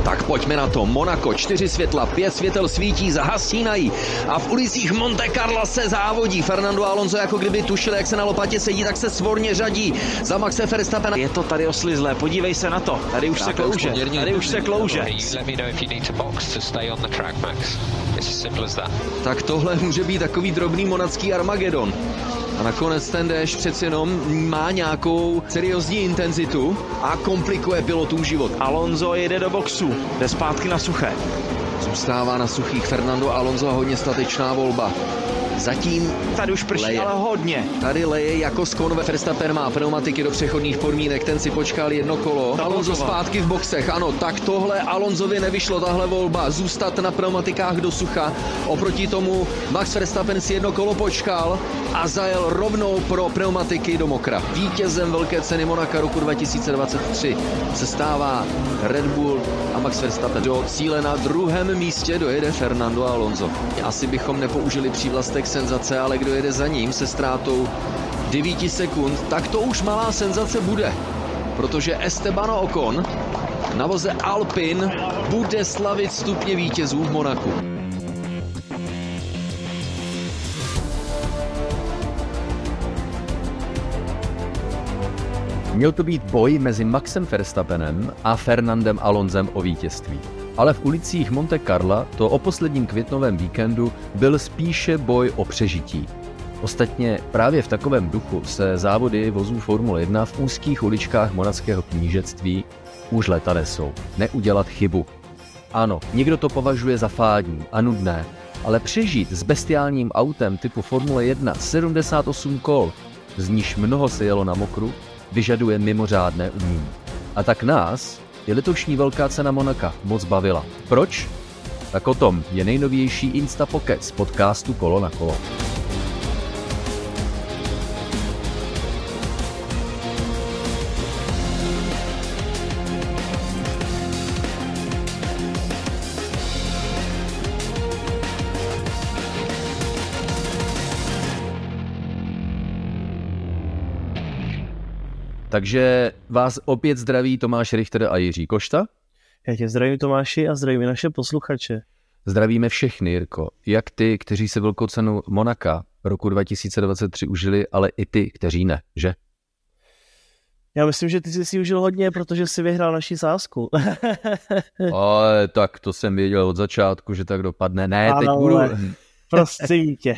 Tak pojďme na to. Monaco, 4 světla, 5 světel svítí, zahasínají a v ulicích Monte Carla se závodí. Fernando Alonso, jako kdyby tušil, jak se na lopatě sedí, tak se svorně řadí za Maxe Verstappena. Je to tady oslizlé, podívej se na to. Tady už se klouže. Tak tohle může být takový drobný monacký Armagedon. A nakonec ten déšť přeci jenom má nějakou seriózní intenzitu a komplikuje pilotům život. Alonso jede do boxu, jde zpátky na suché. Zůstává na suchých Fernando Alonso a hodně statečná volba. Zatím tady už prší, ale hodně. Tady leje jako skon. Verstappen má pneumatiky do přechodných podmínek, ten si počkal jedno kolo. Alonso zpátky v boxech, ano, tak tohle Alonsovi nevyšlo, tahle volba, zůstat na pneumatikách do sucha. Oproti tomu Max Verstappen si jedno kolo počkal a zajel rovnou pro pneumatiky do mokra. Vítězem velké ceny Monaka roku 2023 se stává Red Bull a Max Verstappen. Do cíle na druhém místě dojede Fernando Alonso. Asi bychom nepoužili přívlastek senzace, ale kdo jede za ním se ztrátou 9 sekund, tak to už malá senzace bude. Protože Esteban Ocon na voze Alpine bude slavit stupně vítězů v Monaku. Měl to být boj mezi Maxem Verstappenem a Fernandem Alonsem o vítězství. Ale v ulicích Monte Carla to o posledním květnovém víkendu byl spíše boj o přežití. Ostatně právě v takovém duchu se závody vozů Formule 1 v úzkých uličkách monackého knížectví už léta nesou. Neudělat chybu. Ano, někdo to považuje za fádní a nudné, ale přežít s bestiálním autem typu Formule 1 78 kol, z níž mnoho se jelo na mokru, vyžaduje mimořádné umění. A tak nás je letošní velká cena Monaka moc bavila. Proč? Tak o tom je nejnovější Instapocket z podcastu Kolo na kolo. Takže vás opět zdraví Tomáš Richter a Jiří Košta. Já tě zdravím, Tomáši, a zdravím naše posluchače. Zdravíme všechny, Jirko. Jak ty, kteří se velkou cenu Monaka roku 2023 užili, ale i ty, kteří ne, že? Já myslím, že ty jsi si užil hodně, protože jsi vyhrál naši sázku. Ale tak to jsem věděl od začátku, že tak dopadne. Ne, ano, teď budu... Prosím tě.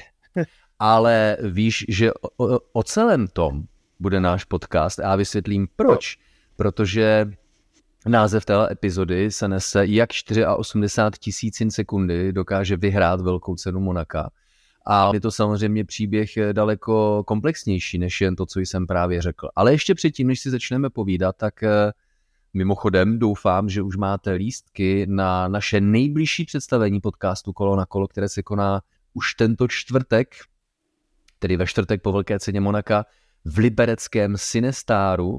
Ale víš, že o celém tom bude náš podcast a já vysvětlím proč. Protože název téhle epizody se nese, jak 84 tisícin sekundy dokáže vyhrát velkou cenu Monaka. A je to samozřejmě příběh daleko komplexnější, než jen to, co jsem právě řekl. Ale ještě předtím, než si začneme povídat, tak mimochodem doufám, že už máte lístky na naše nejbližší představení podcastu Kolo na kolo, které se koná už tento čtvrtek, tedy ve čtvrtek po velké ceně Monaka, v libereckém Cinestaru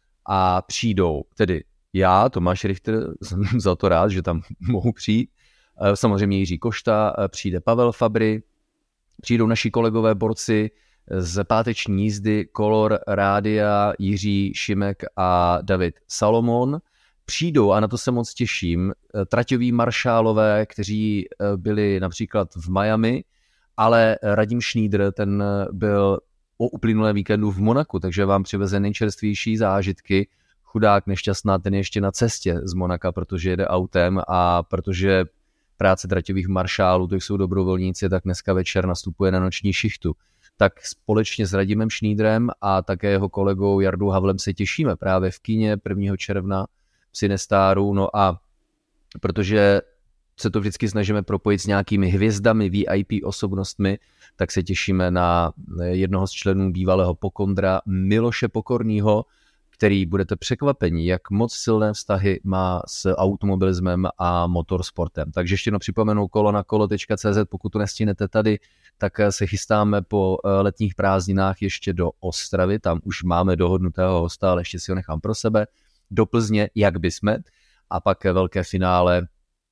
a přijdou, tedy já, Tomáš Richter, jsem za to rád, že tam mohu přijít, samozřejmě Jiří Košta, přijde Pavel Fabry, přijdou naši kolegové borci z páteční jízdy Color Rádia, Jiří Šimek a David Salomon. Přijdou, a na to se moc těším, traťoví maršálové, kteří byli například v Miami, ale Radim Schneider, ten byl o uplynulém víkendu v Monaku, takže vám přiveze nejčerstvější zážitky. Chudák nešťastná, ten je ještě na cestě z Monaka, protože jede autem a protože práce traťových maršálů, to jsou dobrovolníci, tak dneska večer nastupuje na noční šichtu. Tak společně s Radimem Schneiderem a také jeho kolegou Jardou Havlem se těšíme právě v kině 1. června v Cinestaru. No a protože se to vždycky snažíme propojit s nějakými hvězdami, VIP osobnostmi, tak se těšíme na jednoho z členů bývalého Pokondra, Miloše Pokornýho, který budete překvapeni, jak moc silné vztahy má s automobilismem a motorsportem. Takže ještě připomenu kolonakolo.cz, pokud to nestihnete tady, tak se chystáme po letních prázdninách ještě do Ostravy, tam už máme dohodnutého hosta, ale ještě si ho nechám pro sebe, do Plzně, jak by jsme, a pak velké finále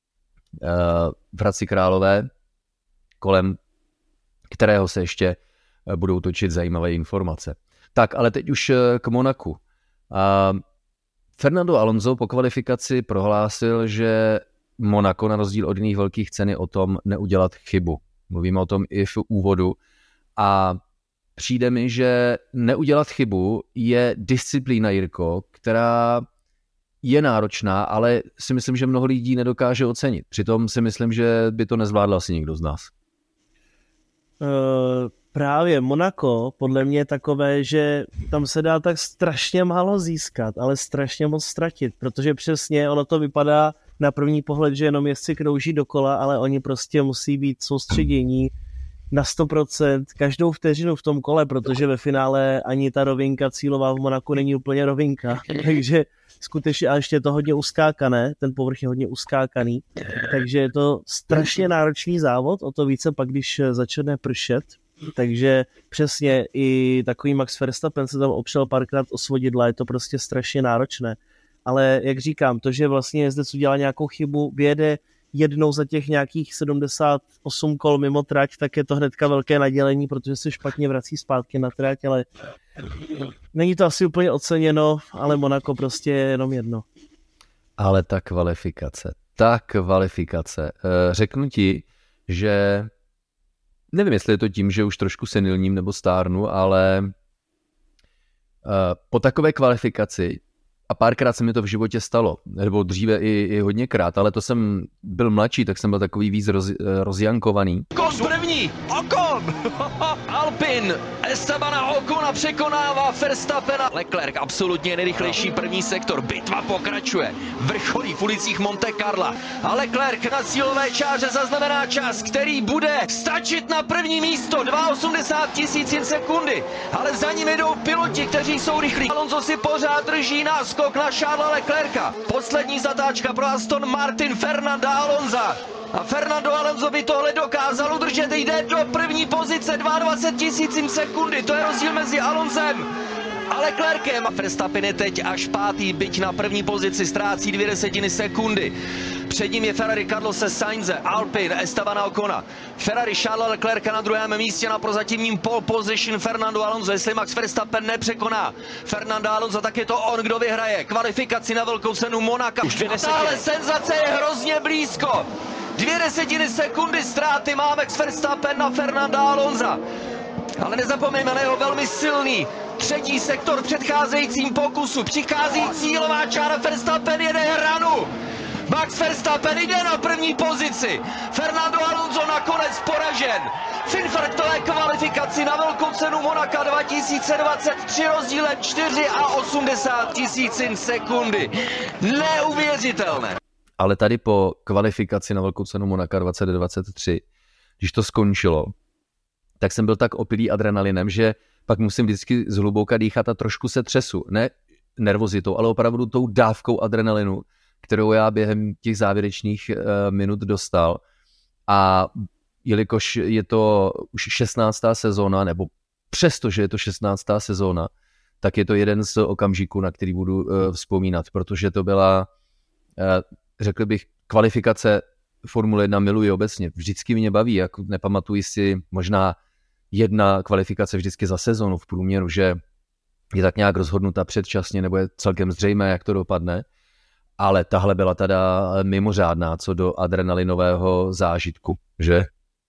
v Hradci Králové, kolem kterého se ještě budou točit zajímavé informace. Tak, ale teď už k Monaku. Fernando Alonso po kvalifikaci prohlásil, že Monako na rozdíl od jiných velkých cen je o tom neudělat chybu. Mluvíme o tom i v úvodu. A přijde mi, že neudělat chybu je disciplína, Jirko, která je náročná, ale si myslím, že mnoho lidí nedokáže ocenit. Přitom si myslím, že by to nezvládl asi nikdo z nás. Právě Monako podle mě je takové, že tam se dá tak strašně málo získat, ale strašně moc ztratit, protože přesně ono to vypadá na první pohled, že jenom jezdci krouží dokola, ale oni prostě musí být soustředění na 100% každou vteřinu v tom kole, protože ve finále ani ta rovinka cílová v Monaku není úplně rovinka, takže skutečně, a ještě je to hodně uskákané, ten povrch je hodně uskákaný, takže je to strašně náročný závod, o to více pak, když začne pršet, takže přesně i takový Max Verstappen se tam opřel párkrát o svodidla, je to prostě strašně náročné, ale jak říkám, to, že vlastně jezdec udělá nějakou chybu, vyjede jednou za těch nějakých 78 kol mimo trať, tak je to hnedka velké nadělení, protože se špatně vrací zpátky na trať, ale není to asi úplně oceněno, ale Monako prostě je jenom jedno. Ale ta kvalifikace. Řeknu ti, že nevím, jestli je to tím, že už trošku senilním nebo stárnu, ale po takové kvalifikaci a párkrát se mi to v životě stalo, nebo dříve i hodněkrát, ale to jsem byl mladší, tak jsem byl takový víc rozjankovaný. Ocon první, Ocon! Alpin, Estebana Ocona překonává Verstappena. Leclerc absolutně nejrychlejší první sektor, bitva pokračuje, vrcholí v ulicích Monte Carla a Leclerc na cílové čáře zaznamená čas, který bude stačit na první místo, 2,80 tisícin sekundy, ale za ním jdou piloti, kteří jsou rychlí. Alonso si pořád drží náskok na Charlesa Leclerca. Poslední zatáčka pro Aston Martin Fernanda Alonsa. A Fernando Alonso by tohle dokázal udržet, jde do první pozice, 22 tisícin sekundy, to je rozdíl mezi Alonsem a Leclercem. A Verstappen je teď až pátý, byť na první pozici ztrácí 0,2 sekundy. Před ním je Ferrari Carlose Sainze, Alpine, Estebana Ocona. Ferrari Charlesa Leclerca na druhém místě, na prozatímním pole position Fernando Alonso. Jestli Max Verstappen nepřekoná Fernanda Alonso, tak je to on, kdo vyhraje kvalifikaci na velkou cenu Monaka. Tahle senzace je hrozně blízko. 0,2 sekundy ztráty má Max Verstappen na Fernanda Alonsa. Ale nezapomeňme na jeho velmi silný třetí sektor v předcházejícím pokusu. Přichází cílová čára, Verstappen jede hranu. Max Verstappen jde na první pozici. Fernando Alonso nakonec poražen. V infarktové kvalifikaci na velkou cenu Monaka 2023 rozdílem 4,80 tisícin sekundy. Neuvěřitelné. Ale tady po kvalifikaci na velkou cenu Monaka 2023, když to skončilo, tak jsem byl tak opilý adrenalinem, že pak musím vždycky zhluboka dýchat a trošku se třesu. Ne nervozitou, ale opravdu tou dávkou adrenalinu, kterou já během těch závěrečných minut dostal. A jelikož je to už 16. sezóna, nebo přestože je to 16. sezóna, tak je to jeden z okamžiků, na který budu vzpomínat, protože to byla, řekl bych, kvalifikace Formule 1 miluji obecně. Vždycky mě baví, jak nepamatuji si možná jedna kvalifikace vždycky za sezónu v průměru, že je tak nějak rozhodnuta předčasně, nebo je celkem zřejmé, jak to dopadne. Ale tahle byla teda mimořádná co do adrenalinového zážitku, že?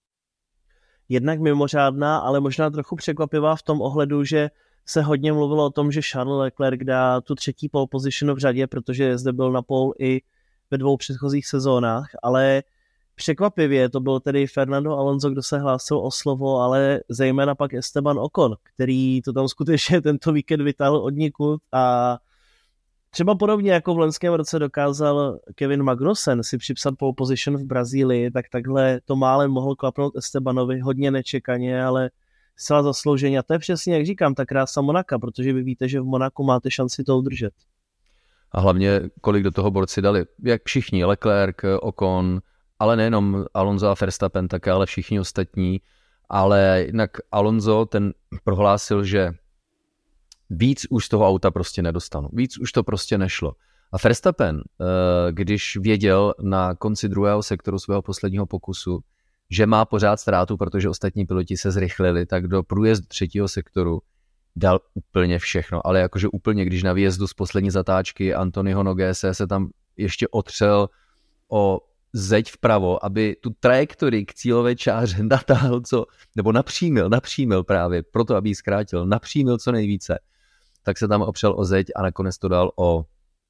Jednak mimořádná, ale možná trochu překvapivá v tom ohledu, že se hodně mluvilo o tom, že Charles Leclerc dá tu třetí pole position v řadě, protože zde byl na pole i ve 2 předchozích sezónách, ale překvapivě to byl tedy Fernando Alonso, kdo se hlásil o slovo, ale zejména pak Esteban Ocon, který to tam skutečně tento víkend vytáhl odnikud a třeba podobně jako v loňském roce dokázal Kevin Magnussen si připsat pole position v Brazílii, tak takhle to málem mohl klapnout Estebanovi, hodně nečekaně, ale zcela zaslouženě. A to je přesně, jak říkám, ta krása Monaka, protože vy víte, že v Monaku máte šanci to udržet. A hlavně, kolik do toho borci dali. Jak všichni, Leclerc, Ocon, ale nejenom Alonso a Verstappen, také, ale všichni ostatní. Ale jinak Alonso ten prohlásil, že víc už z toho auta prostě nedostanu. Víc už to prostě nešlo. A Verstappen, když věděl na konci druhého sektoru svého posledního pokusu, že má pořád ztrátu, protože ostatní piloti se zrychlili, tak do průjezdu třetího sektoru dal úplně všechno, ale jakože úplně, když na výjezdu z poslední zatáčky Anthonyho Nogese se tam ještě otřel o zeď vpravo, aby tu trajektorii k cílové čáře natáhl nebo napřímil právě, proto aby ji zkrátil, napřímil co nejvíce, tak se tam opřel o zeď a nakonec to dal o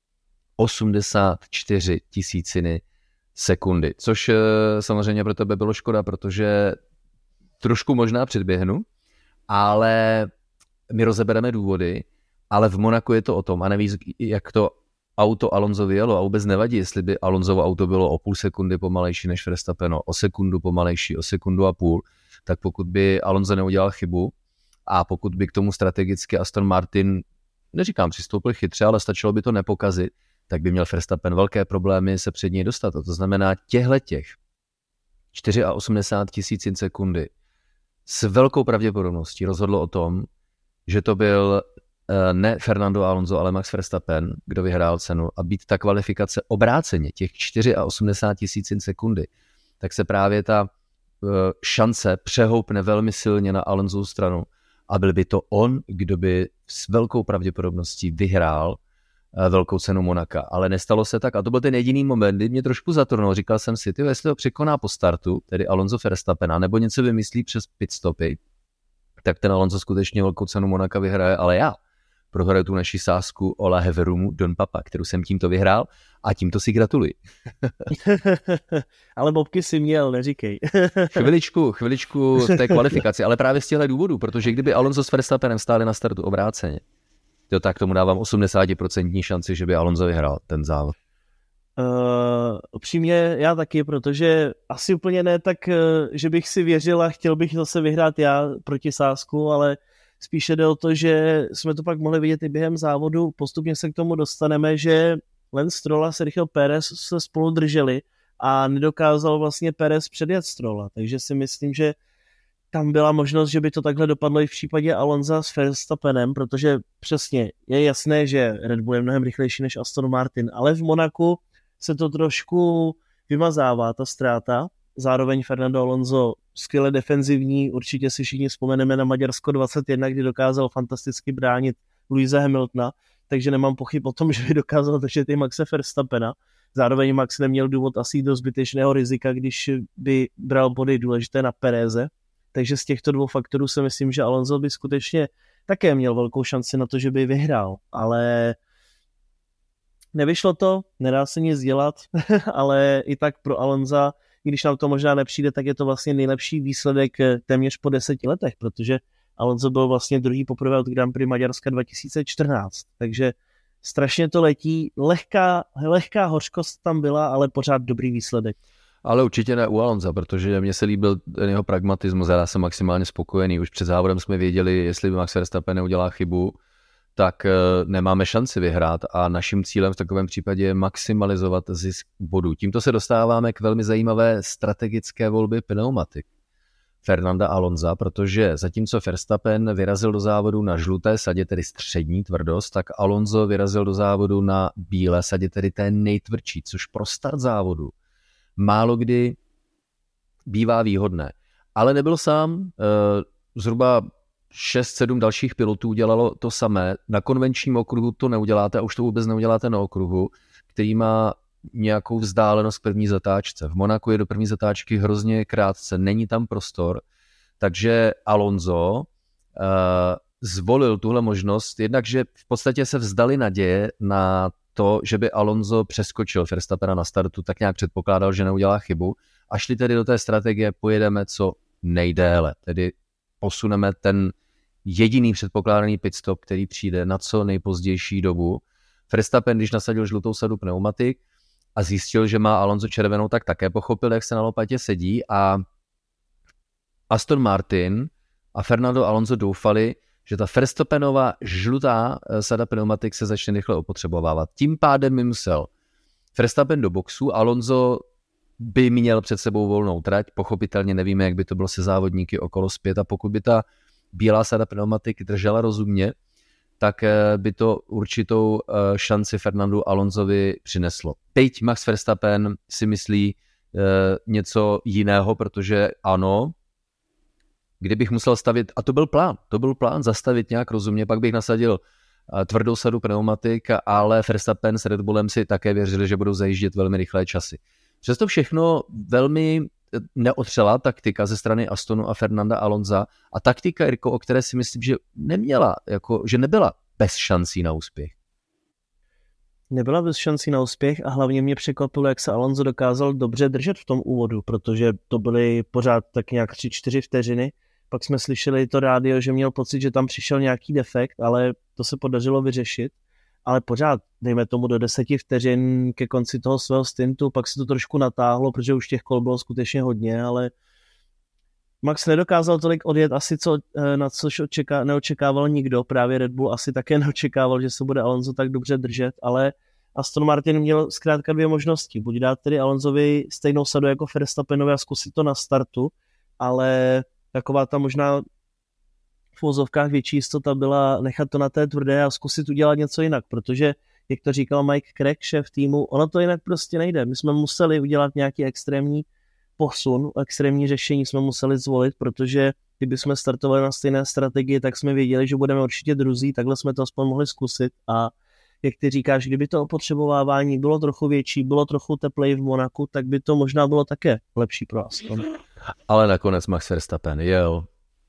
84 tisíciny sekundy, což samozřejmě pro tebe bylo škoda, protože trošku možná předběhnu, ale my rozebereme důvody, ale v Monaku je to o tom a nevíš, jak to auto Alonso vyjelo a vůbec nevadí, jestli by Alonsovo auto bylo o půl sekundy pomalejší než Verstappeno, o sekundu pomalejší, o sekundu a půl, tak pokud by Alonso neudělal chybu a pokud by k tomu strategicky Aston Martin, neříkám přistoupil chytře, ale stačilo by to nepokazit, tak by měl Verstappen velké problémy se před něj dostat. A to znamená těch 84 tisícin sekundy s velkou pravděpodobností rozhodlo o tom, že to byl ne Fernando Alonso, ale Max Verstappen, kdo vyhrál cenu a být ta kvalifikace obráceně, těch 84 tisícin sekundy, tak se právě ta šance přehoupne velmi silně na Alonsovu stranu a byl by to on, kdo by s velkou pravděpodobností vyhrál velkou cenu Monaka, ale nestalo se tak a to byl ten jediný moment, kdy mě trošku zatrnul, říkal jsem si, jestli to překoná po startu, tedy Alonso Verstappena, nebo něco vymyslí přes pitstopy, tak ten Alonso skutečně velkou cenu Monaka vyhraje, ale já prohraju tu naši sázku o La Heverumu Don Papa, kterou jsem tímto vyhrál a tímto si gratuluji. Ale bobky si měl, neříkej. chviličku v té kvalifikaci, ale právě z těchto důvodů, protože kdyby Alonso s Verstappenem stáli na startu obráceně, tak tomu dávám 80% šanci, že by Alonso vyhrál ten závod. Upřímně já taky, protože asi úplně ne tak, že bych si věřil a chtěl bych zase vyhrát já proti sázku, ale spíše jde o to, že jsme to pak mohli vidět i během závodu. Postupně se k tomu dostaneme, že Lance Stroll a Sergio Pérez se spolu drželi a nedokázal vlastně Pérez předjet Strolla, takže si myslím, že tam byla možnost, že by to takhle dopadlo i v případě Alonsa s Verstappenem, protože přesně je jasné, že Red Bull je mnohem rychlejší než Aston Martin, ale v Monaku se to trošku vymazává, ta ztráta. Zároveň Fernando Alonso skvěle defenzivní, určitě si všichni vzpomeneme na Maďarsko 21, kdy dokázal fantasticky bránit Lewise Hamiltona, takže nemám pochyb o tom, že by dokázal držet i Maxe Verstappena. Zároveň Max neměl důvod asi jít do zbytečného rizika, když by bral body důležité na Pereze. Takže z těchto dvou faktorů si myslím, že Alonso by skutečně také měl velkou šanci na to, že by vyhrál, ale nevyšlo to, nedá se nic dělat, ale i tak pro Alonsa, když nám to možná nepřijde, tak je to vlastně nejlepší výsledek téměř po 10 letech, protože Alonso byl vlastně druhý poprvé od Grand Prix Maďarska 2014, takže strašně to letí, lehká hořkost tam byla, ale pořád dobrý výsledek. Ale určitě ne u Alonsa, protože mně se líbil ten jeho pragmatismus, já jsem maximálně spokojený. Už před závodem jsme věděli, jestli Max Verstappen neudělá chybu, tak nemáme šanci vyhrát a naším cílem v takovém případě je maximalizovat zisk bodů. Tímto se dostáváme k velmi zajímavé strategické volbě pneumatik Fernanda Alonsa, protože zatímco Verstappen vyrazil do závodu na žluté sadě, tedy střední tvrdost, tak Alonso vyrazil do závodu na bílé sadě, tedy té nejtvrdší, což pro start závodu málo kdy bývá výhodné. Ale nebyl sám, zhruba 6-7 dalších pilotů dělalo to samé. Na konvenčním okruhu to neuděláte a už to vůbec neuděláte na okruhu, který má nějakou vzdálenost k první zatáčce. V Monaku je do první zatáčky hrozně krátce, není tam prostor, takže Alonso zvolil tuhle možnost, jednakže v podstatě se vzdali naděje na to, že by Alonso přeskočil Verstappena na startu, tak nějak předpokládal, že neudělá chybu a šli tedy do té strategie, pojedeme co nejdéle, tedy posuneme ten jediný předpokládaný pitstop, který přijde na co nejpozdější dobu. Verstappen, když nasadil žlutou sadu pneumatik a zjistil, že má Alonso červenou, tak také pochopil, jak se na lopatě sedí a Aston Martin a Fernando Alonso doufali, že ta Verstappenova žlutá sada pneumatik se začne rychle opotřebovávat. Tím pádem by musel Verstappen do boxu, Alonso by měl před sebou volnou trať, pochopitelně nevíme, jak by to bylo se závodníky okolo zpět a pokud by ta bílá sada pneumatik držela rozumně, tak by to určitou šanci Fernandu Alonsovi přineslo. Teď Max Verstappen si myslí něco jiného, protože ano, kdybych musel stavit, a to byl plán zastavit nějak rozumně, pak bych nasadil tvrdou sadu pneumatik, ale Verstappen s Red Bullem si také věřili, že budou zajíždět velmi rychlé časy. Přesto všechno velmi neotřela taktika ze strany Astonu a Fernanda Alonsa a taktika, Jirko, o které si myslím, že že nebyla bez šancí na úspěch. Nebyla bez šancí na úspěch a hlavně mě překvapilo, jak se Alonso dokázal dobře držet v tom úvodu, protože to byly pořád tak nějak 3-4 vteřiny. Pak jsme slyšeli to rádio, že měl pocit, že tam přišel nějaký defekt, ale to se podařilo vyřešit. Ale pořád, dejme tomu do 10 vteřin ke konci toho svého stintu, pak se to trošku natáhlo, protože už těch kol bylo skutečně hodně, ale Max nedokázal tolik odjet asi, na což neočekával nikdo. Právě Red Bull asi také neočekával, že se bude Alonso tak dobře držet, ale Aston Martin měl zkrátka dvě možnosti. Buď dát tedy Alonsovi stejnou sadu jako Verstappenovi a zkusit to na startu, ale taková ta možná v uvozovkách větší jistota byla nechat to na té tvrdé a zkusit udělat něco jinak, protože, jak to říkal Mike Crack, šéf týmu, ono to jinak prostě nejde. My jsme museli udělat nějaký extrémní posun, extrémní řešení jsme museli zvolit, protože kdyby jsme startovali na stejné strategii, tak jsme věděli, že budeme určitě druzí, takhle jsme to aspoň mohli zkusit a jak ty říkáš, kdyby to opotřebovávání bylo trochu větší, bylo trochu teplej v Monaku, tak by to možná bylo také lepší pro Aston. Ale nakonec Max Verstappen jel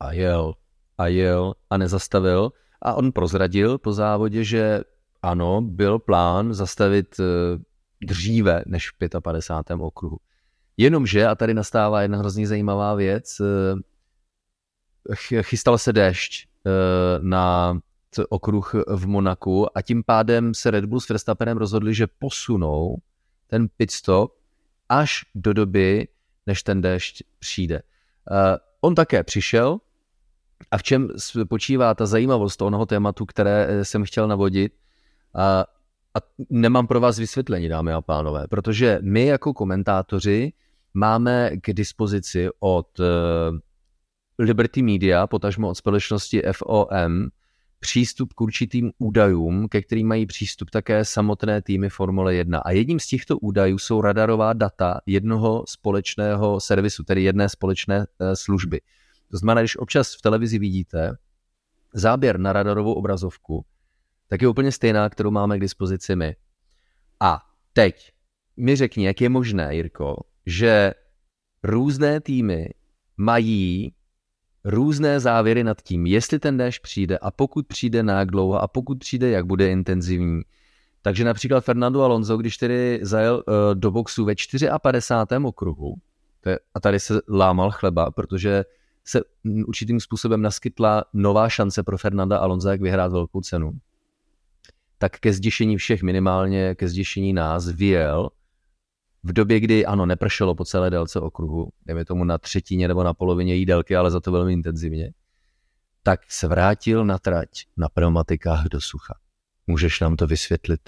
a nezastavil a on prozradil po závodě, že ano, byl plán zastavit dříve než v 55. okruhu. Jenomže, a tady nastává jedna hrozně zajímavá věc, chystal se déšť na okruh v Monaku a tím pádem se Red Bull s Verstappenem rozhodli, že posunou ten pitstop až do doby, než ten déšť přijde. On také přišel a v čem spočívá ta zajímavost onoho tématu, které jsem chtěl navodit, a nemám pro vás vysvětlení, dámy a pánové, protože my jako komentátoři máme k dispozici od Liberty Media, potažmo od společnosti FOM, přístup k určitým údajům, ke kterým mají přístup také samotné týmy Formule 1. A jedním z těchto údajů jsou radarová data jednoho společného servisu, tedy jedné společné služby. To znamená, když občas v televizi vidíte záběr na radarovou obrazovku, tak je úplně stejná, kterou máme k dispozici my. A teď mi řekni, jak je možné, Jirko, že různé týmy mají různé závěry nad tím, jestli ten déšť přijde a pokud přijde na jak dlouho a pokud přijde, jak bude intenzivní. Takže například Fernando Alonso, když tedy zajel do boxu ve 54. okruhu, a tady se lámal chleba, protože se určitým způsobem naskytla nová šance pro Fernanda Alonsa, jak vyhrát velkou cenu, tak ke zděšení všech, minimálně ke zděšení nás, vyjel v době, kdy ano, nepršelo po celé délce okruhu, dejme tomu na třetině nebo na polovině jí délky, ale za to velmi intenzivně, tak se vrátil na trať na pneumatikách do sucha. Můžeš nám to vysvětlit?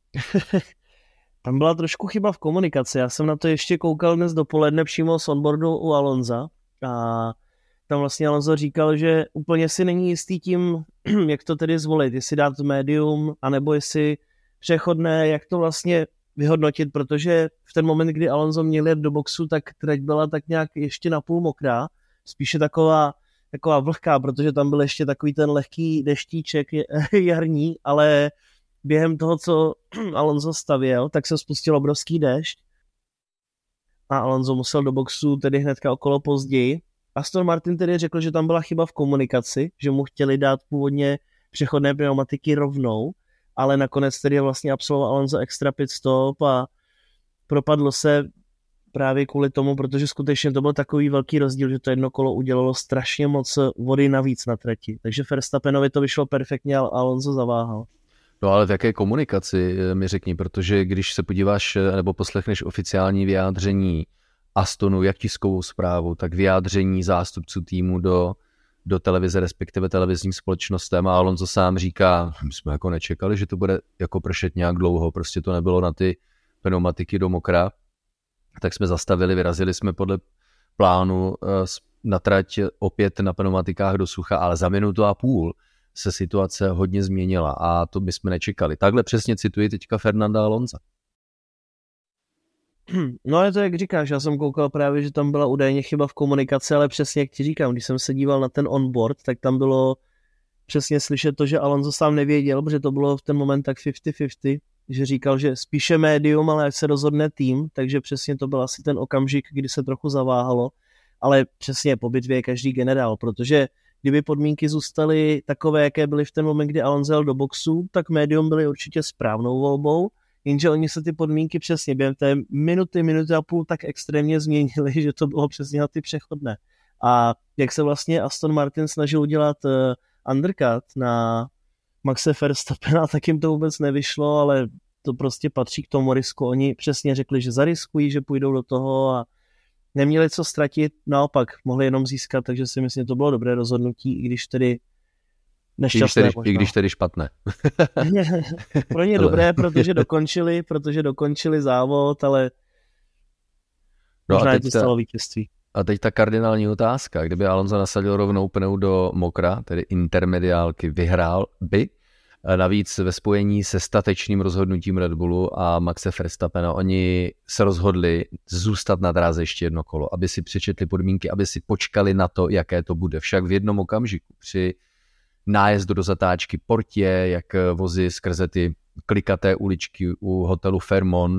Tam byla trošku chyba v komunikaci. Já jsem na to ještě koukal dnes dopoledne přímo z onboardu u Alonsa a tam vlastně Alonso říkal, že úplně si není jistý tím, jak to tedy zvolit, jestli dát medium, anebo jestli přechodné, jak to vlastně vyhodnotit, protože v ten moment, kdy Alonso měl jet do boxu, tak trať byla tak nějak ještě napůl mokrá, spíše taková vlhká, protože tam byl ještě takový ten lehký deštíček jarní, ale během toho, co Alonso stavěl, tak se spustil obrovský déšť a Alonso musel do boxu tedy hnedka okolo později. Aston Martin tedy řekl, že tam byla chyba v komunikaci, že mu chtěli dát původně přechodné pneumatiky rovnou, ale nakonec tedy vlastně absolvoval Alonso extra pit stop a propadlo se právě kvůli tomu, protože skutečně to byl takový velký rozdíl, že to jedno kolo udělalo strašně moc vody navíc na trati. Takže Verstappenovi to vyšlo perfektně a Alonso zaváhal. No ale v jaké komunikaci mi řekni, protože když se podíváš nebo poslechneš oficiální vyjádření Astonu, jak tiskovou zprávu, tak vyjádření zástupců týmu do televize, respektive televizním společnostem a Alonso sám říká, my jsme jako nečekali, že to bude jako pršet nějak dlouho, prostě to nebylo na ty pneumatiky do mokra, tak jsme zastavili, vyrazili jsme podle plánu na trať opět na pneumatikách do sucha, ale za 1,5 minuty se situace hodně změnila a to my jsme nečekali. Takhle přesně cituji teďka Fernanda Alonsa. No ale to jak říkáš, já jsem koukal právě, že tam byla údajně chyba v komunikaci, ale přesně jak ti říkám, když jsem se díval na ten onboard, tak tam bylo přesně slyšet to, že Alonso sám nevěděl, protože to bylo v ten moment tak 50-50, že říkal, že spíše médium, ale ať se rozhodne tým, takže přesně to byl asi ten okamžik, kdy se trochu zaváhalo, ale přesně po bitvě je každý generál, protože kdyby podmínky zůstaly takové, jaké byly v ten moment, kdy Alonso jel do boxu, tak médium byly určitě správnou volbou, jenže oni se ty podmínky přesně během té minuty a půl tak extrémně změnily, že to bylo přesně na ty přechodné. A jak se vlastně Aston Martin snažil udělat undercut na Maxe Verstappena, tak jim to vůbec nevyšlo, ale to prostě patří k tomu risku. Oni přesně řekli, že zariskují, že půjdou do toho a neměli co ztratit, naopak mohli jenom získat, takže si myslím, že to bylo dobré rozhodnutí, i když tedy nešťastné. I když tedy špatné. Pro ně dobré, protože dokončili závod, ale možná je to stalo vítězství. A teď ta kardinální otázka, kdyby Alonso nasadil rovnou pneu do mokra, tedy intermediálky, vyhrál by, navíc ve spojení se statečným rozhodnutím Red Bullu a Maxe Verstappena, oni se rozhodli zůstat na dráze ještě jedno kolo, aby si přečetli podmínky, aby si počkali na to, jaké to bude. Však v jednom okamžiku při nájezdu do zatáčky Portě, jak vozy skrze ty klikaté uličky u hotelu Fairmont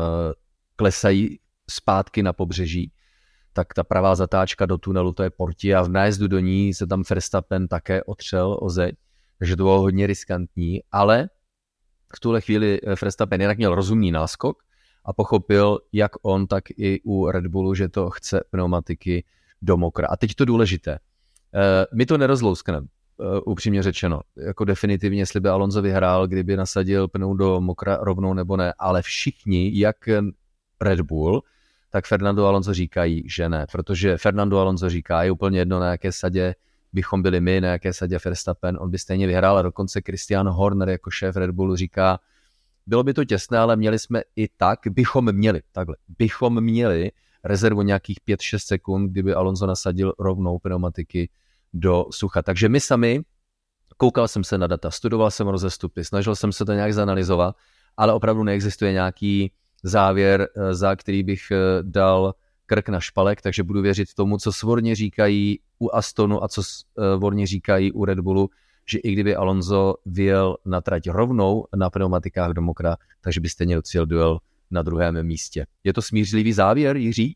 klesají zpátky na pobřeží, tak ta pravá zatáčka do tunelu, to je Portě a v nájezdu do ní se tam Verstappen také otřel o zeď, takže to bylo hodně riskantní, ale v tuhle chvíli Verstappen jednak měl rozumný náskok a pochopil, jak on, tak i u Red Bullu, že to chce pneumatiky do mokra. A teď to důležité. My to nerozlouskneme, upřímně řečeno. Jako definitivně, jestli by Alonso vyhrál, kdyby nasadil pneu do mokra rovnou nebo ne, ale všichni, jak Red Bull, tak Fernando Alonso říkají, že ne, protože Fernando Alonso říká, je úplně jedno, na jaké sadě bychom byli my, na jaké sadě Verstappen, on by stejně vyhrál a dokonce Christian Horner jako šéf Red Bullu říká, bylo by to těsné, ale měli jsme i tak, bychom měli rezervu nějakých 5-6 sekund, kdyby Alonso nasadil rovnou pneumatiky do sucha. Takže my sami, koukal jsem se na data, studoval jsem rozestupy, snažil jsem se to nějak zanalyzovat, ale opravdu neexistuje nějaký závěr, za který bych dal krk na špalek, takže budu věřit tomu, co svorně říkají u Astonu a co svorně říkají u Red Bullu, že i kdyby Alonso vyjel na trať rovnou na pneumatikách do mokra, takže by stejně docíl duel na druhém místě. Je to smířlivý závěr, Jiří?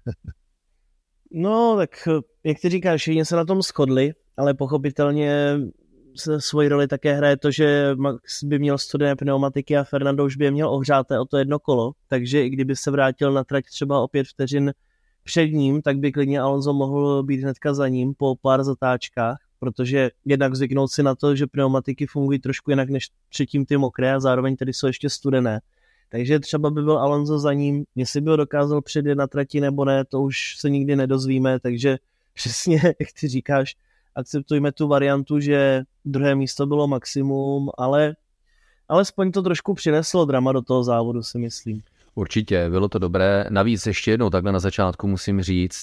No, tak jak ty říkáš, všichni se na tom shodli, ale pochopitelně se svoji roli také hraje to, že Max by měl studené pneumatiky a Fernando už by je měl ohřáté o to jedno kolo, takže i kdyby se vrátil na trať třeba o 5 vteřin před ním, tak by klidně Alonso mohl být hnedka za ním po pár zatáčkách, protože jednak zvyknout si na to, že pneumatiky fungují trošku jinak než předtím ty mokré a zároveň tedy jsou ještě studené. Takže třeba by byl Alonso za ním, jestli by ho dokázal předjet na trati nebo ne, to už se nikdy nedozvíme, takže přesně, jak ty říkáš, akceptujme tu variantu, že druhé místo bylo maximum, ale alespoň to trošku přineslo drama do toho závodu, si myslím. Určitě, bylo to dobré. Navíc ještě jednou takhle na začátku musím říct,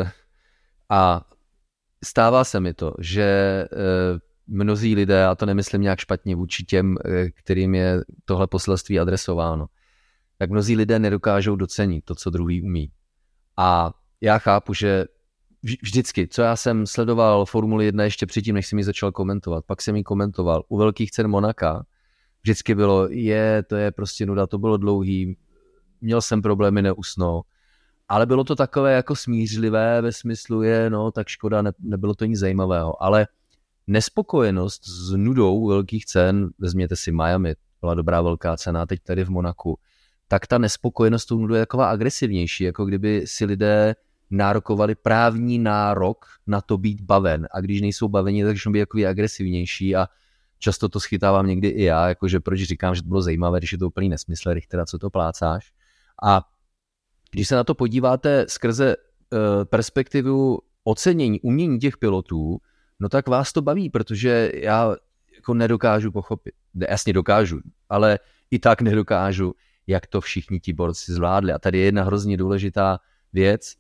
a stává se mi to, že mnozí lidé, a to nemyslím nějak špatně vůči těm, kterým je tohle poselství adresováno, tak mnozí lidé nedokážou docenit to, co druhý umí. A já chápu, že vždycky, co já jsem sledoval Formuli 1 ještě předtím, než jsem ji začal komentovat, pak jsem ji komentoval u velkých cen Monaka, vždycky bylo, to je prostě nuda, to bylo dlouhý, měl jsem problémy neusnout, ale bylo to takové jako smířlivé ve smyslu tak škoda, nebylo to nic zajímavého, ale nespokojenost s nudou velkých cen, vezměte si Miami, byla dobrá velká cena, teď tady v Monaku, tak ta nespokojenost tou nudou je taková agresivnější, jako kdyby si lidé nárokovali právní nárok na to být baven a když nejsou baveni, tak jsou být jako agresivnější a často to schytávám někdy i já, jakože proč říkám, že to bylo zajímavé, když je to úplný nesmysl, Richtera, co to plácáš. A když se na to podíváte skrze perspektivu ocenění, umění těch pilotů, no tak vás to baví, protože já jako nedokážu pochopit. Jasně dokážu, ale i tak nedokážu, jak to všichni ti borci zvládli. A tady je jedna hrozně důležitá věc.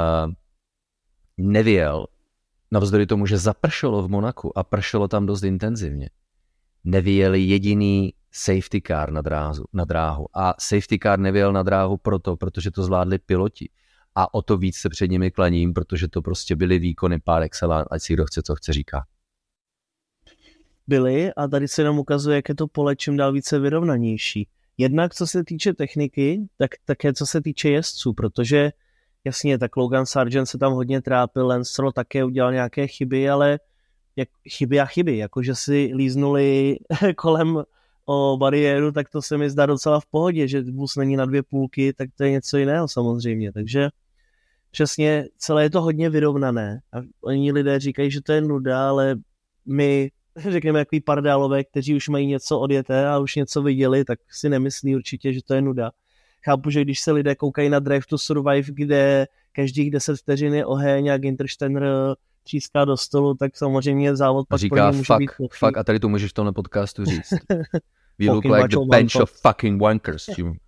Nevěl, navzdory tomu, že zapršelo v Monaku a pršelo tam dost intenzivně, nevyjel jediný safety car na dráhu. A safety car nevěl na dráhu protože to zvládli piloti. A o to víc se před nimi klaním, protože to prostě byly výkony par excellence, ať si kdo chce, co chce říká. Byly a tady se nám ukazuje, jak je to pole čím dál více vyrovnanější. Jednak co se týče techniky, tak také co se týče jezdců, protože jasně, tak Logan Sargent se tam hodně trápil, Lance Stroll také udělal nějaké chyby, ale chyby, jakože si líznuli kolem o bariéru, tak to se mi zdá docela v pohodě, že vůz není na 2 půlky, tak to je něco jiného samozřejmě, takže přesně celé je to hodně vyrovnané a oni lidé říkají, že to je nuda, ale my řekněme jaký pardálové, kteří už mají něco odjeté a už něco viděli, tak si nemyslí určitě, že to je nuda. Chápu, že když se lidé koukají na Drive to Survive, kde každých 10 vteřin je oheň a Günther Steiner tříská do stolu, tak samozřejmě závod pak říká pro ně může být fuck, a tady to můžeš v tomhle podcastu říct. We look like the bench of fucking wankers.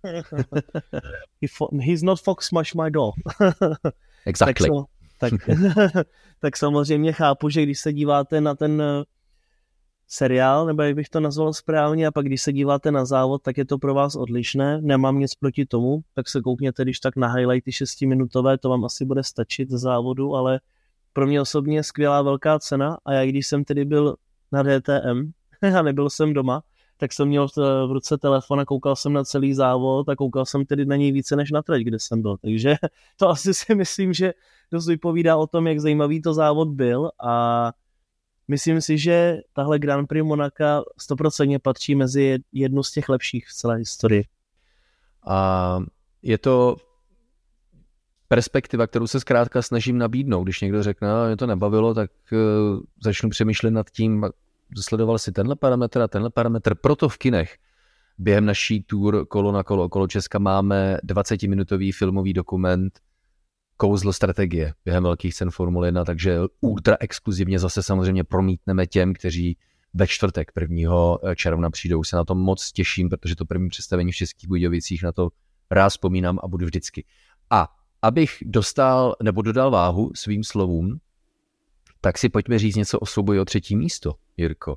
He's not Fox Smash my door. Exactly. Tak samozřejmě chápu, že když se díváte na ten seriál, nebo jak bych to nazval správně, a pak když se díváte na závod, tak je to pro vás odlišné, nemám nic proti tomu, tak se koukněte když tak na highlighty 6minutové, to vám asi bude stačit z závodu, ale pro mě osobně skvělá velká cena a já když jsem tedy byl na DTM a nebyl jsem doma, tak jsem měl v ruce telefon a koukal jsem na celý závod a koukal jsem tedy na něj více než na trať, kde jsem byl, takže to asi si myslím, že dost vypovídá o tom, jak zajímavý to závod byl a myslím si, že tahle Grand Prix Monaka 100% patří mezi jednu z těch lepších v celé historii. A je to perspektiva, kterou se zkrátka snažím nabídnout. Když někdo řekne, no, mě to nebavilo, tak začnu přemýšlet nad tím, sledoval si tenhle parametr a tenhle parametr. Proto v kinech během naší tour kolo na kolo okolo Česka máme 20-minutový filmový dokument Kouzlo strategie během velkých cen Formule 1, takže ultra exkluzivně zase samozřejmě promítneme těm, kteří ve čtvrtek 1. června přijdou. Se na to moc těším, protože to první představení v Českých Budějovicích, na to rád vzpomínám a budu vždycky. A abych dodal váhu svým slovům, tak si pojďme říct něco o souboji o 3. místo, Jirko.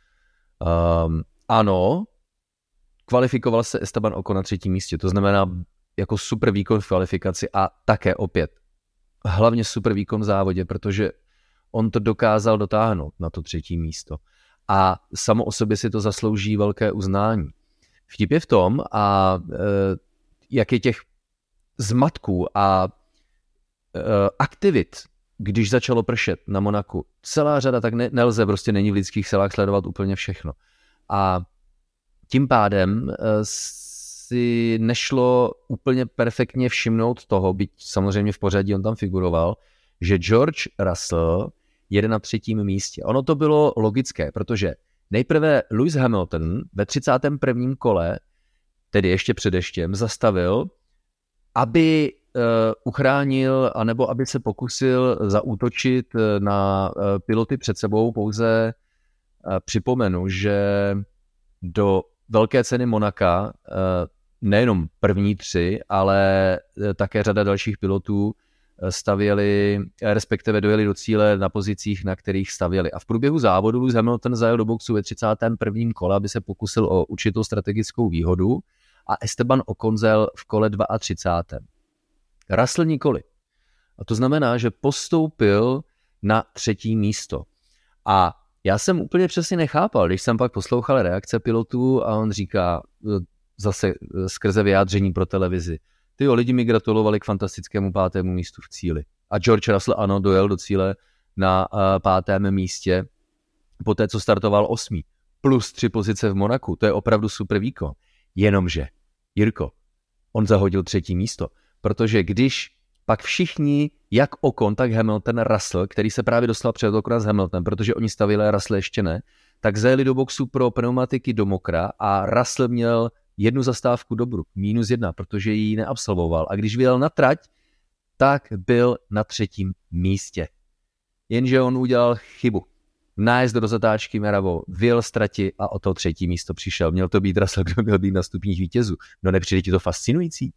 Ano, kvalifikoval se Esteban Ocon na 3. místě, to znamená jako super výkon v kvalifikaci a také opět hlavně super výkon v závodě, protože on to dokázal dotáhnout na to 3. místo. A samo o sobě si to zaslouží velké uznání. Vtip je v tom, jak je těch zmatků a aktivit, když začalo pršet na Monaku, celá řada, tak nelze, prostě není v lidských silách sledovat úplně všechno. A tím pádem si nešlo úplně perfektně všimnout toho, byť samozřejmě v pořadí on tam figuroval, že George Russell jede na 3. místě. Ono to bylo logické, protože nejprve Lewis Hamilton ve 31. kole, tedy ještě před deštěm, zastavil, aby uchránil, anebo aby se pokusil zaútočit na piloty před sebou. Pouze připomenu, že do velké ceny Monaka nejenom první 3, ale také řada dalších pilotů stavěli, respektive dojeli do cíle na pozicích, na kterých stavěli. A v průběhu závodu Lewis Hamilton zajel do boxu ve 31. kole, aby se pokusil o určitou strategickou výhodu a Esteban Ocon zajel v kole 32. Russell nikoli. A to znamená, že postoupil na 3. místo. A já jsem úplně přesně nechápal, když jsem pak poslouchal reakce pilotů a on říká zase skrze vyjádření pro televizi, lidi mi gratulovali k fantastickému 5. místu v cíli. A George Russell ano, dojel do cíle na 5. místě, poté co startoval 8. plus 3 pozice v Monaku. To je opravdu super výkon. Jenomže, Jirko, on zahodil 3. místo, protože když pak všichni, jak Ocon, tak Hamilton, Russell, který se právě dostal před okna s Hamiltonem, protože oni stavili a Russell ještě ne, tak zajeli do boxu pro pneumatiky do mokra a Russell měl 1 zastávku do Brook, -1, protože ji neabsolvoval. A když vyjel na trať, tak byl na 3. místě. Jenže on udělal chybu. Nájezd do zatáčky meravou, vyjel z trati a o to 3. místo přišel. Měl to být Russell, kdo měl být na stupních vítězů. No nepřijde ti to fascinující?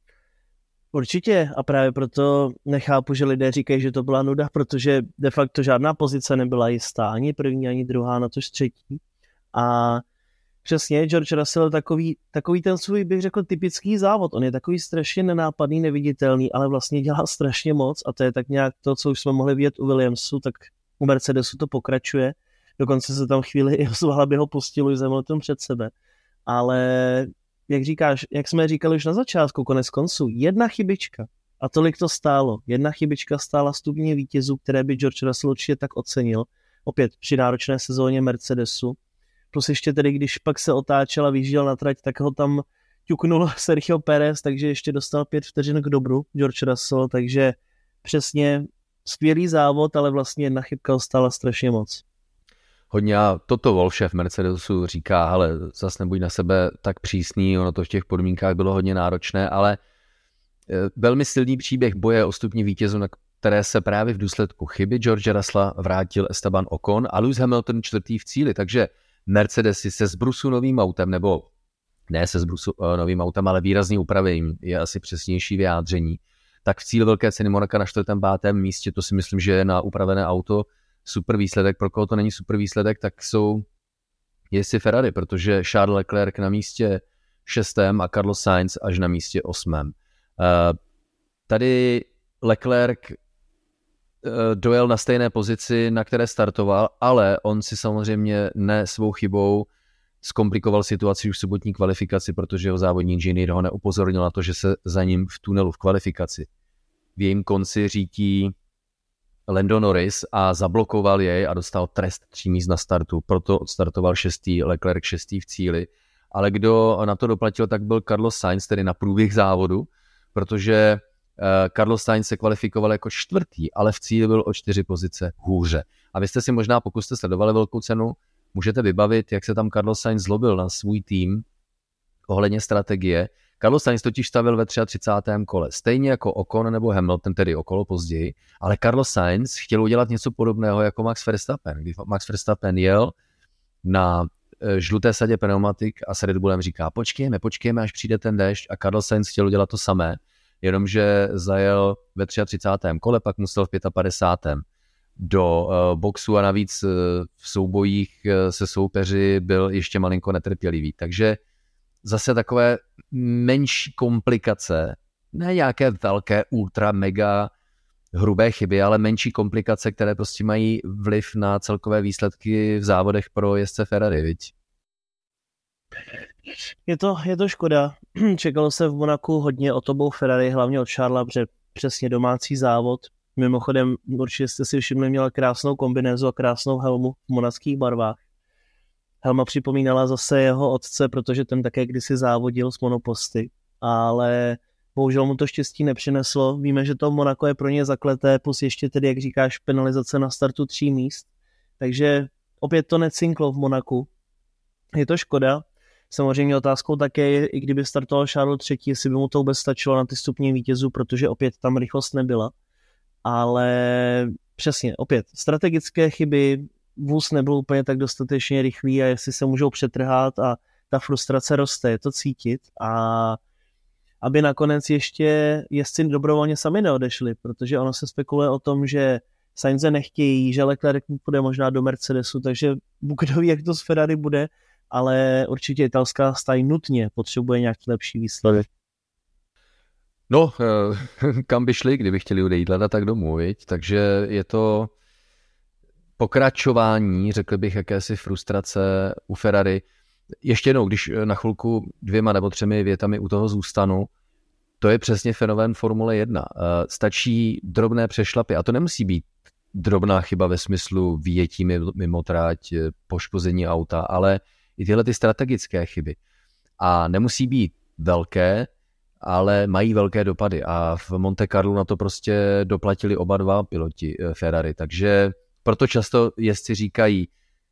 Určitě a právě proto nechápu, že lidé říkají, že to byla nuda, protože de facto žádná pozice nebyla jistá, ani první, ani druhá, natož 3. A přesně, George Russell takový ten svůj, bych řekl, typický závod. On je takový strašně nenápadný, neviditelný, ale vlastně dělá strašně moc a to je tak nějak to, co už jsme mohli vidět u Williamsu, tak u Mercedesu to pokračuje. Dokonce se tam chvíli i ozval, aby ho pustil už Hamilton před sebe. Ale jak jsme říkali už na začátku, konec konců, jedna chybička a tolik to stálo. Jedna chybička stála stupně vítězů, které by George Russell určitě tak ocenil. Opět při náročné sezóně Mercedesu. Plus ještě tedy, když pak se otáčel a vyjížděl na trať, tak ho tam ťuknul Sergio Pérez, takže ještě dostal 5 vteřin k dobru George Russell, takže přesně skvělý závod, ale vlastně jedna chybka stála strašně moc. Hodně a Toto Wolff, šéf Mercedesu, říká, hele, zas nebuď na sebe tak přísný, ono to v těch podmínkách bylo hodně náročné, ale velmi silný příběh boje o stupni vítězů, na které se právě v důsledku chyby George Russella vrátil Esteban Ocon a Lewis Hamilton čtvrtý v cíli, takže Mercedesy se zbrusu novým autem, nebo ne se zbrusu novým autem, ale výrazný úpravy je asi přesnější vyjádření, tak v cíli velké ceny Monaka na 4. 5. místě, to si myslím, že je na upravené auto super výsledek. Pro koho to není super výsledek, tak jsou jezdci Ferrari, protože Charles Leclerc na místě 6. a Carlos Sainz až na místě 8. Tady Leclerc dojel na stejné pozici, na které startoval, ale on si samozřejmě ne svou chybou zkomplikoval situaci už v sobotní kvalifikaci, protože jeho závodník Gini ho neupozornil na to, že se za ním v tunelu v kvalifikaci v jejím konci řítí Lando Norris a zablokoval jej a dostal trest 3 míst na startu, proto odstartoval 6. Leclerc 6. v cíli, ale kdo na to doplatil, tak byl Carlos Sainz, tedy na průběh závodu, protože Carlos Sainz se kvalifikoval jako 4., ale v cíli byl o 4 pozice hůře. A vy jste si možná, pokud jste sledovali velkou cenu, můžete vybavit, jak se tam Carlos Sainz zlobil na svůj tým ohledně strategie. Carlos Sainz totiž stavil ve 33. kole, stejně jako Ocon nebo Hamilton, tedy o kolo později, ale Carlos Sainz chtěl udělat něco podobného jako Max Verstappen. Když Max Verstappen jel na žluté sadě pneumatik a s Red Bullem říká, počkejme, až přijde ten déšť, a Carlos Sainz chtěl udělat to samé, jenomže zajel ve 33. kole, pak musel v 55. do boxu a navíc v soubojích se soupeři byl ještě malinko netrpělivý. Takže zase takové menší komplikace, ne nějaké velké, ultra, mega hrubé chyby, ale menší komplikace, které prostě mají vliv na celkové výsledky v závodech pro jezdce Ferrari, viď? Je to škoda. Čekalo se v Monaku hodně o tobou Ferrari, hlavně od Charlesa, protože přesně domácí závod. Mimochodem, určitě jste si všimli, měla krásnou kombinézu a krásnou helmu v monackých barvách. Helma připomínala zase jeho otce, protože ten také kdysi závodil s monoposty, ale bohužel mu to štěstí nepřineslo. Víme, že to Monako je pro ně zakleté, plus ještě tedy, jak říkáš, penalizace na startu 3 míst. Takže opět to necinklo v Monaku. Je to škoda. Samozřejmě otázkou také je, i kdyby startoval Charles 3., jestli by mu to vůbec stačilo na ty stupně vítězů, protože opět tam rychlost nebyla. Ale přesně, opět, strategické chyby, vůz nebyl úplně tak dostatečně rychlý a jestli se můžou přetrhat a ta frustrace roste, je to cítit, a aby nakonec ještě jezdci dobrovolně sami neodešli, protože ono se spekuluje o tom, že Sainze nechtějí, že Leclerc půjde možná do Mercedesu, takže kdo ví, jak to s Ferrari bude, ale určitě italská stáj nutně potřebuje nějaký lepší výsledek. No, kam by šli, kdyby chtěli odejít hledat, tak domů, viď? Takže je to pokračování, řekl bych, jakési frustrace u Ferrari. Ještě jednou, když na chvilku 2 nebo 3 větami u toho zůstanu, to je přesně fenomén Formule 1. Stačí drobné přešlapy, a to nemusí být drobná chyba ve smyslu vyjetí mimo trať, poškození auta, ale i tyhle ty strategické chyby. A nemusí být velké, ale mají velké dopady, a v Monte Carlo na to prostě doplatili oba 2 piloti Ferrari, takže proto často jezdci říkají,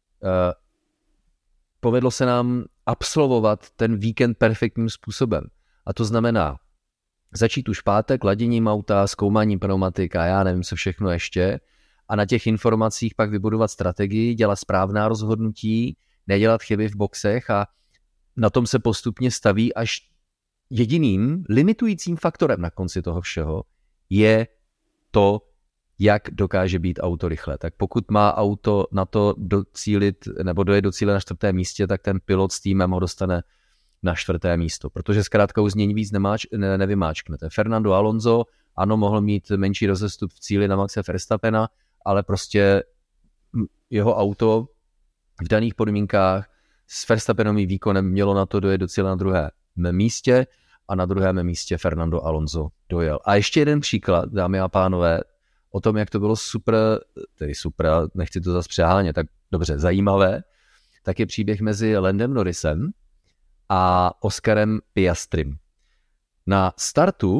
povedlo se nám absolvovat ten víkend perfektním způsobem, a to znamená začít už v pátek laděním auta, zkoumáním pneumatik a já nevím co všechno ještě, a na těch informacích pak vybudovat strategii, dělat správná rozhodnutí, nedělat chyby v boxech, a na tom se postupně staví, až jediným limitujícím faktorem na konci toho všeho je to, jak dokáže být auto rychle. Tak pokud má auto na to docílit nebo dojet do cíle na 4. místě, tak ten pilot s týmem ho dostane na 4. místo, protože zkrátka už z něj víc nevymáčknete. Fernando Alonso, ano, mohl mít menší rozestup v cíli na Maxe Verstappena, ale prostě jeho auto v daných podmínkách s Verstappenovým výkonem mělo na to dojet do cíle na 2. místě a na 2. místě Fernando Alonso dojel. A ještě jeden příklad, dámy a pánové, o tom, jak to bylo super, nechci to zase přehánět, tak dobře, zajímavé, tak je příběh mezi Landem Norrisem a Oscarem Piastrym. Na startu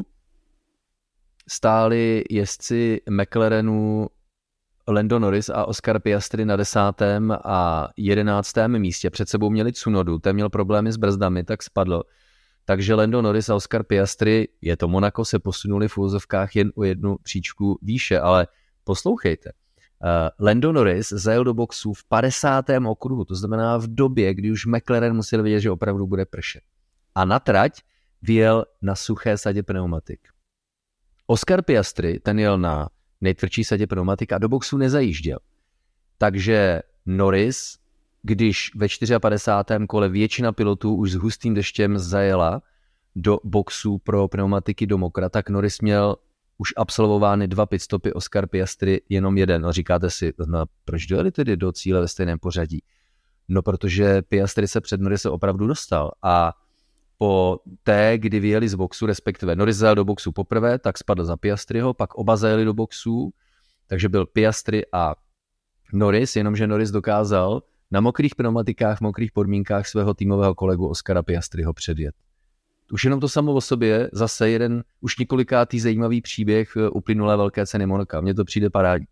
stáli jezdci McLarenu Lando Norris a Oscar Piastri na 10. a 11. místě. Před sebou měli Tsunodu, ten měl problémy s brzdami, tak spadl. Takže Lando Norris a Oscar Piastri, je to Monako, se posunuli v úvozovkách jen o 1 příčku výše, ale poslouchejte. Lando Norris zajel do boxu v 50. okruhu, to znamená v době, kdy už McLaren musel vědět, že opravdu bude pršet. A na trať vyjel na suché sadě pneumatik. Oscar Piastri, ten jel na nejtvrdší sadě pneumatik a do boxu nezajížděl. Takže Norris, když ve 54. kole většina pilotů už s hustým deštěm zajela do boxu pro pneumatiky do mokra, tak Norris měl už absolvovány 2 pitstopy, Oscar Piastri jenom 1. No říkáte si, no, proč dojeli tedy do cíle ve stejném pořadí? No protože Piastri se před Norrisem opravdu dostal a po té, kdy vyjeli z boxu, respektive Norris zajel do boxu poprvé, tak spadl za Piastriho, pak oba zajeli do boxu, takže byl Piastri a Norris, jenomže Norris dokázal na mokrých pneumatikách, v mokrých podmínkách svého týmového kolegu Oscara Piastriho předjet. Už jenom to samo o sobě, zase jeden už několikátý zajímavý příběh uplynulé velké ceny Monaka. Mně to přijde parádní.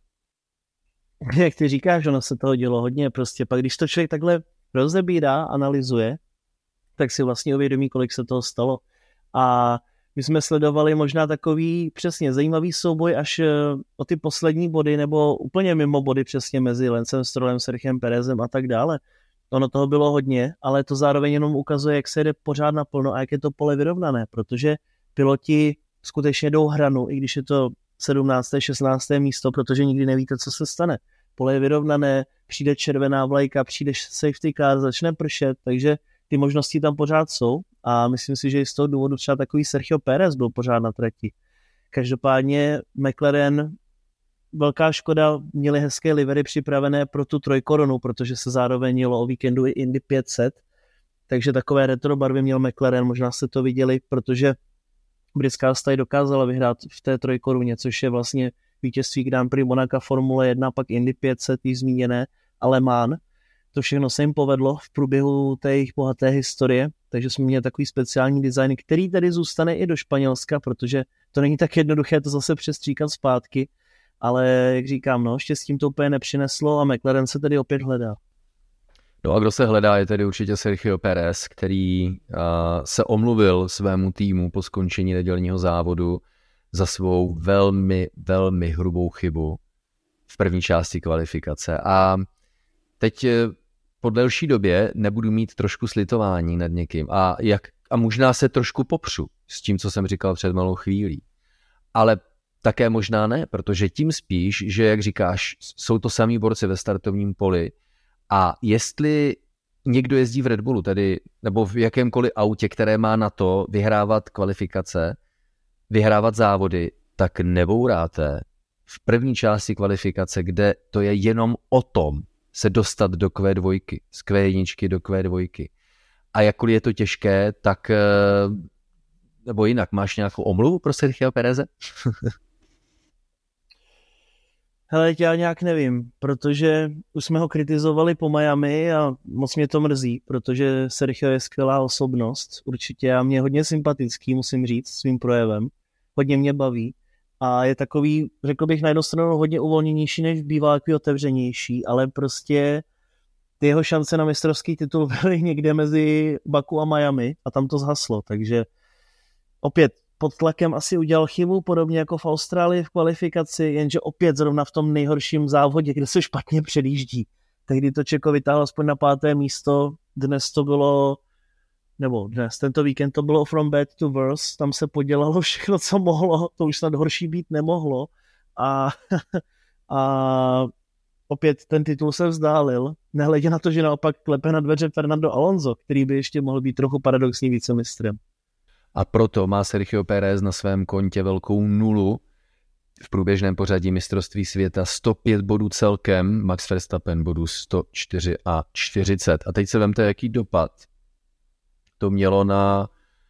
Jak ty říkáš, ono se toho dělo hodně, prostě pak když to člověk takhle rozebírá, analyzuje, tak si vlastně uvědomí, kolik se toho stalo. A my jsme sledovali možná takový přesně zajímavý souboj až o ty poslední body, nebo úplně mimo body přesně mezi Lencem Strollem, Sergiem Perezem a tak dále. Ono toho bylo hodně, ale to zároveň jenom ukazuje, jak se jede pořád naplno a jak je to pole vyrovnané, protože piloti skutečně jdou hranu, i když je to 17., 16. místo, protože nikdy nevíte, co se stane. Pole je vyrovnané, přijde červená vlajka, přijde safety car, začne pršet, takže ty možnosti tam pořád jsou a myslím si, že i z toho důvodu třeba takový Sergio Pérez byl pořád na trati. Každopádně McLaren, velká škoda, měli hezké livery připravené pro tu trojkorunu, protože se zároveň jelo o víkendu i Indy 500, takže takové retro barvy měl McLaren, možná jste to viděli, protože britská stáj dokázala vyhrát v té trojkoruně, což je vlastně vítězství Grand Prix Monaka, Formule 1, pak Indy 500, již zmíněné, a Le Mans. To všechno se jim povedlo v průběhu té jejich bohaté historie, takže jsme měli takový speciální design, který tady zůstane i do Španělska, protože to není tak jednoduché to zase přestříkat zpátky, ale jak říkám, no, štěstím to úplně nepřineslo a McLaren se tedy opět hledá. No a kdo se hledá, je tedy určitě Sergio Pérez, který se omluvil svému týmu po skončení nedělního závodu za svou velmi, velmi hrubou chybu v první části kvalifikace. A teď po delší době nebudu mít trošku slitování nad někým a možná se trošku popřu s tím, co jsem říkal před malou chvílí. Ale také možná ne, protože tím spíš, že jak říkáš, jsou to samý borci ve startovním poli a jestli někdo jezdí v Red Bullu, tedy nebo v jakémkoliv autě, které má na to vyhrávat kvalifikace, vyhrávat závody, tak nebouráte v první části kvalifikace, kde to je jenom o tom se dostat do Q2, z Q1 do Q2. A jakkoliv je to těžké, tak nebo jinak, máš nějakou omluvu pro Sergio Péreze? Hele, já nějak nevím, protože už jsme ho kritizovali po Miami a moc mě to mrzí, protože Sergio je skvělá osobnost, určitě a mě hodně sympatický, musím říct, svým projevem, hodně mě baví a je takový, řekl bych na jednu stranu hodně uvolněnější, než bývá, takový otevřenější, ale prostě ty jeho šance na mistrovský titul byly někde mezi Baku a Miami a tam to zhaslo, takže opět pod tlakem asi udělal chybu, podobně jako v Austrálii v kvalifikaci, jenže opět zrovna v tom nejhorším závodě, kde se špatně předjíždí. Tehdy to Čeko vytáhl aspoň na 5. místo, tento víkend to bylo from bad to worse, tam se podělalo všechno, co mohlo, to už snad horší být nemohlo a opět ten titul se vzdálil, nehledě na to, že naopak klepe na dveře Fernando Alonso, který by ještě mohl být trochu paradoxní vicemistrem. A proto má Sergio Pérez na svém kontě velkou nulu v průběžném pořadí mistrovství světa, 105 bodů celkem, Max Verstappen bodů 104 a 40. A teď se vemte, jaký dopad to mělo na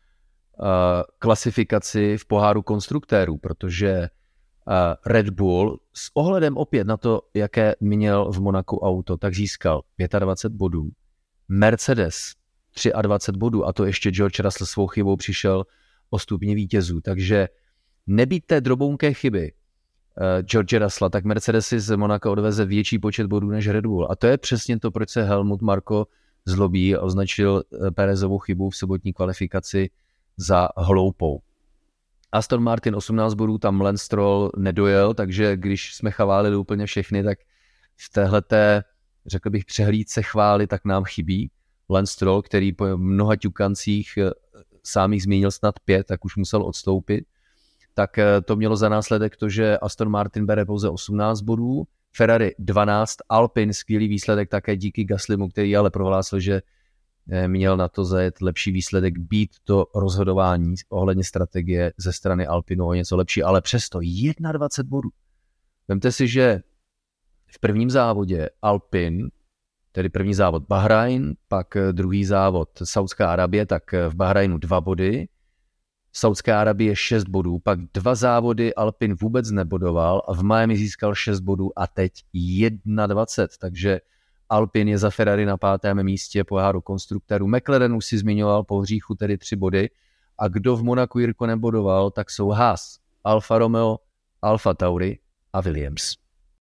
klasifikaci v poháru konstruktérů, protože Red Bull s ohledem opět na to, jaké měl v Monaku auto, tak získal 25 bodů. Mercedes 23 bodů a to ještě George Russell svou chybou přišel o stupně vítězů. Takže nebýt té drobounké chyby George Russella, tak Mercedes si z Monaka odveze větší počet bodů než Red Bull. A to je přesně to, proč se Helmut Marko zlobí a označil Pérezovou chybu v sobotní kvalifikaci za hloupou. Aston Martin 18 bodů, tam Lance Stroll nedojel, takže když jsme chválili úplně všechny, tak v téhleté, řekl bych, přehlídce chvály, tak nám chybí Lance Stroll, který po mnoha ťukancích sám jich zmínil snad 5, tak už musel odstoupit. Tak to mělo za následek to, že Aston Martin bere pouze 18 bodů, Ferrari 12, Alpine skvělý výsledek také díky Gaslymu, který ale prohlásil, že měl na to zajet lepší výsledek, být to rozhodování ohledně strategie ze strany Alpinu o něco lepší, ale přesto 21 bodů. Vemte si, že v prvním závodě Alpin, tedy první závod Bahrajn, pak druhý závod Saudská Arabie, tak v Bahrajnu 2 body, Saudská Arabie 6 bodů, pak 2 závody Alpin vůbec nebodoval a v Miami získal 6 bodů a teď 21, takže Alpin je za Ferrari na 5. místě poháru konstruktérů. McLaren už si zmiňoval po hříchu, tedy 3 body. A kdo v Monaku, Jirko, nebodoval, tak jsou Haas, Alfa Romeo, Alfa Tauri a Williams.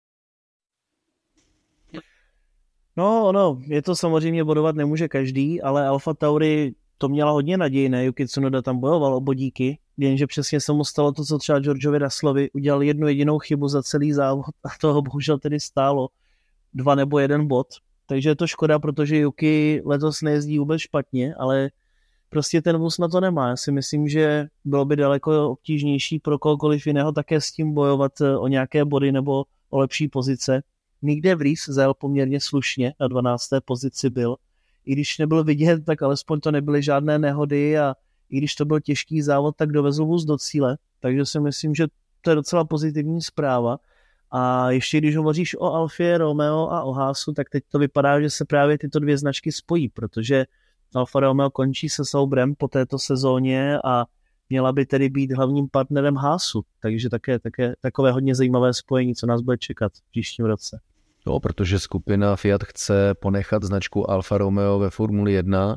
No, je to samozřejmě bodovat nemůže každý, ale Alfa Tauri to měla hodně nadějné, Yuki Tsunoda tam bojoval o bodíky, jenže přesně se mu stalo to, co třeba Georgeovi Russellovi, udělal jednu jedinou chybu za celý závod a toho bohužel tedy stálo 2 nebo 1 bod, takže je to škoda, protože Yuki letos nejezdí vůbec špatně, ale prostě ten vůz na to nemá. Já si myslím, že bylo by daleko obtížnější pro kohokoliv jiného také s tím bojovat o nějaké body nebo o lepší pozice. Nick de Vries zajel poměrně slušně, na 12. pozici byl. I když nebyl vidět, tak alespoň to nebyly žádné nehody a i když to byl těžký závod, tak dovezl vůz do cíle, takže si myslím, že to je docela pozitivní zpráva. A ještě když hovoříš o Alfě Romeo a o Haasu, tak teď to vypadá, že se právě tyto dvě značky spojí, protože Alfa Romeo končí se Saubrem po této sezóně a měla by tedy být hlavním partnerem Haasu, takže také takové hodně zajímavé spojení, co nás bude čekat v příštím roce. No, protože skupina Fiat chce ponechat značku Alfa Romeo ve Formuli 1.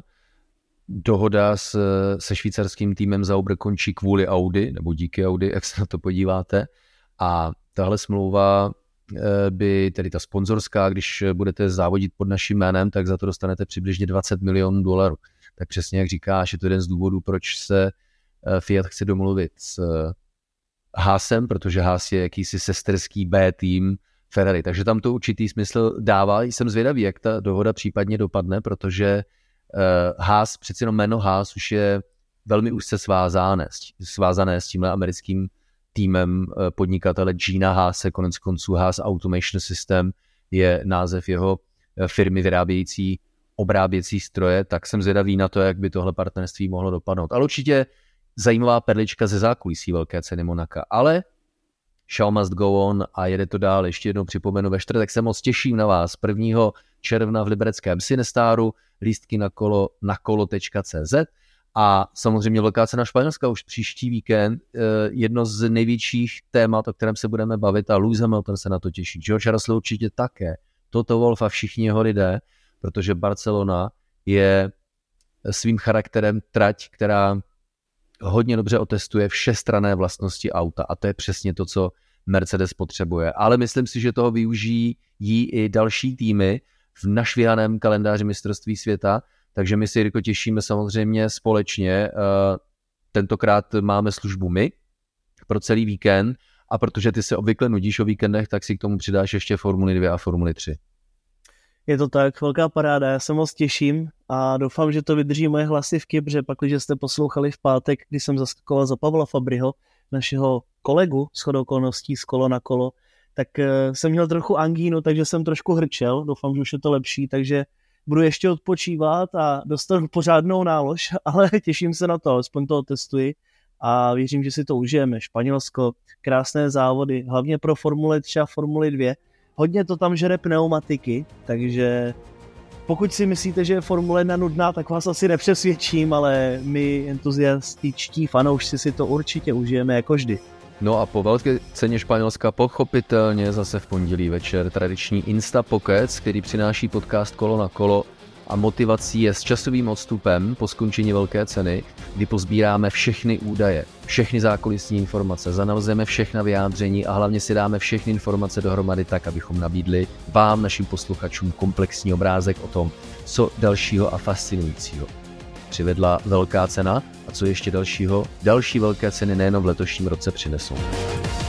Dohoda se švýcarským týmem Sauber končí kvůli Audi, nebo díky Audi, jak se na to podíváte. A tahle smlouva by, tedy ta sponzorská, když budete závodit pod naším jménem, tak za to dostanete přibližně $20 milionů. Tak přesně jak říkáš, je to jeden z důvodů, proč se Fiat chce domluvit s Haasem, protože Haas je jakýsi sesterský B tým Ferrari, takže tam to určitý smysl dává. Jsem zvědavý, jak ta dohoda případně dopadne, protože Haas, přeci jenom jméno Haas už je velmi úzce svázané s tímhle americkým týmem podnikatele Gina Haase, konec konců Haas Automation System je název jeho firmy vyrábějící obráběcí stroje, tak jsem zvědavý na to, jak by tohle partnerství mohlo dopadnout. Ale určitě zajímavá perlička ze zákulisí velké ceny Monaka. Ale show must go on a jede to dál. Ještě jednou připomenu, ve čtvrtek se moc těším na vás. 1. června v libereckém Cinestaru, lístky na kolo.cz a samozřejmě velká cena Španělska už příští víkend. Jedno z největších témat, o kterém se budeme bavit, a Lewis Hamilton se na to těší. George Russell určitě také. Toto Wolff a všichni jeho lidé, protože Barcelona je svým charakterem trať, která hodně dobře otestuje všestranné vlastnosti auta a to je přesně to, co Mercedes potřebuje. Ale myslím si, že toho využijí i další týmy v našvihaném kalendáři mistrovství světa, takže my si, Jirko, těšíme samozřejmě společně. Tentokrát máme službu my pro celý víkend a protože ty se obvykle nudíš o víkendech, tak si k tomu přidáš ještě Formuli 2 a Formuli 3. Je to tak, velká paráda, já se moc těším a doufám, že to vydrží moje hlasivky, protože pak, když jste poslouchali v pátek, kdy jsem zaskakoval za Pavla Fabriho, našeho kolegu shodou okolností z Kolo na kolo, tak jsem měl trochu angínu, takže jsem trošku hrčel, doufám, že už je to lepší, takže budu ještě odpočívat a dostanu pořádnou nálož, ale těším se na to, aspoň toho testuji a věřím, že si to užijeme. Španělsko, krásné závody, hlavně pro Formule 3 a Formuli 2. Hodně to tam žere pneumatiky, takže pokud si myslíte, že je Formule 1 nudná, tak vás asi nepřesvědčím, ale my entuziastičtí fanoušci si to určitě užijeme jako vždy. No a po velké ceně Španělska pochopitelně zase v pondělí večer tradiční Insta Pockets, který přináší podcast Kolo na kolo a motivací je s časovým odstupem po skončení velké ceny, kdy pozbíráme všechny údaje, všechny zákulisní informace, zanalizujeme všechna vyjádření a hlavně si dáme všechny informace dohromady tak, abychom nabídli vám, našim posluchačům, komplexní obrázek o tom, co dalšího a fascinujícího přivedla velká cena a co ještě dalšího, další velké ceny nejen v letošním roce přinesou.